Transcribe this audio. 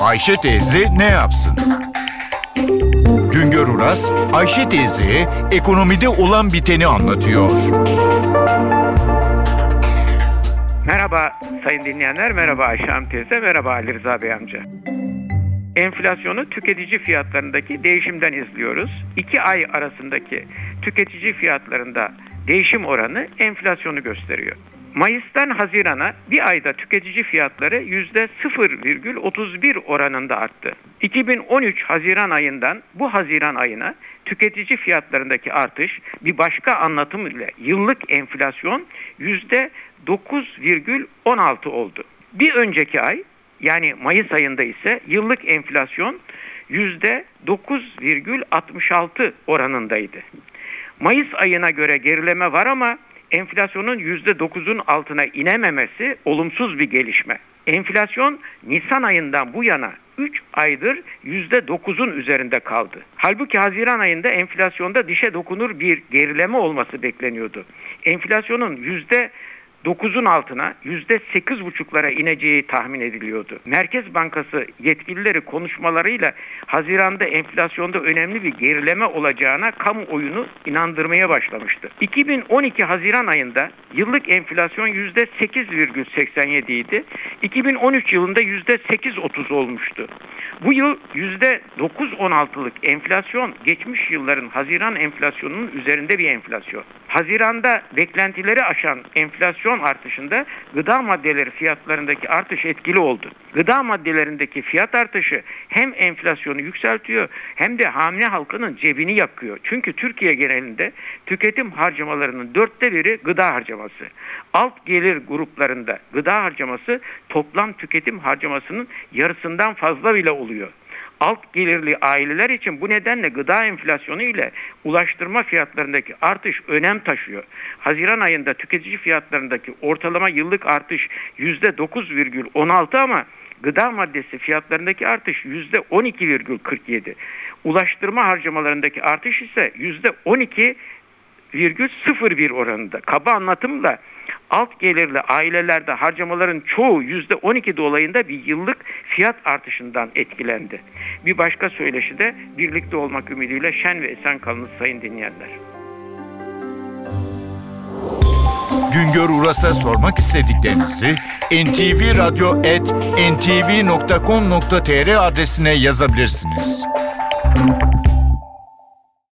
Ayşe teyze ne yapsın? Güngör Uras, Ayşe teyzeye ekonomide olan biteni anlatıyor. Merhaba sayın dinleyenler, merhaba Ayşe Hanım teyze, merhaba Ali Rıza Bey amca. Enflasyonu tüketici fiyatlarındaki değişimden izliyoruz. 2 ay arasındaki tüketici fiyatlarında değişim oranı enflasyonu gösteriyor. Mayıs'tan Haziran'a bir ayda tüketici fiyatları %0,31 oranında arttı. 2013 Haziran ayından bu Haziran ayına tüketici fiyatlarındaki artış bir başka anlatım ile yıllık enflasyon %9,16 oldu. Bir önceki ay yani Mayıs ayında ise yıllık enflasyon %9,66 oranındaydı. Mayıs ayına göre gerileme var ama enflasyonun %9'un altına inememesi olumsuz bir gelişme. Enflasyon Nisan ayından bu yana 3 aydır %9'un üzerinde kaldı. Halbuki Haziran ayında enflasyonda dişe dokunur bir gerileme olması bekleniyordu. Enflasyonun %9'un altına %8,5'lara ineceği tahmin ediliyordu. Merkez Bankası yetkilileri konuşmalarıyla Haziran'da enflasyonda önemli bir gerileme olacağına kamuoyunu inandırmaya başlamıştı. 2012 Haziran ayında yıllık enflasyon %8,87 idi. 2013 yılında %8,30 olmuştu. Bu yıl %9,16'lık enflasyon geçmiş yılların Haziran enflasyonunun üzerinde bir enflasyon. Haziran'da beklentileri aşan enflasyon artışında gıda maddeleri fiyatlarındaki artış etkili oldu. Gıda maddelerindeki fiyat artışı hem enflasyonu yükseltiyor hem de hamile halkının cebini yakıyor. Çünkü Türkiye genelinde tüketim harcamalarının 1/4'ü gıda harcaması. Alt gelir gruplarında gıda harcaması toplam tüketim harcamasının yarısından fazla bile oluyor. Alt gelirli aileler için bu nedenle gıda enflasyonu ile ulaştırma fiyatlarındaki artış önem taşıyor. Haziran ayında tüketici fiyatlarındaki ortalama yıllık artış %9,16 ama gıda maddesi fiyatlarındaki artış %12,47. Ulaştırma harcamalarındaki artış ise %12,01 oranında. Kaba anlatımla alt gelirli ailelerde harcamaların çoğu %12 dolayında bir yıllık fiyat artışından etkilendi. Bir başka söyleşi de birlikte olmak ümidiyle şen ve esen kalınız sayın dinleyenler. Güngör Uras'a sormak istediklerinizi ntv.com.tr adresine yazabilirsiniz.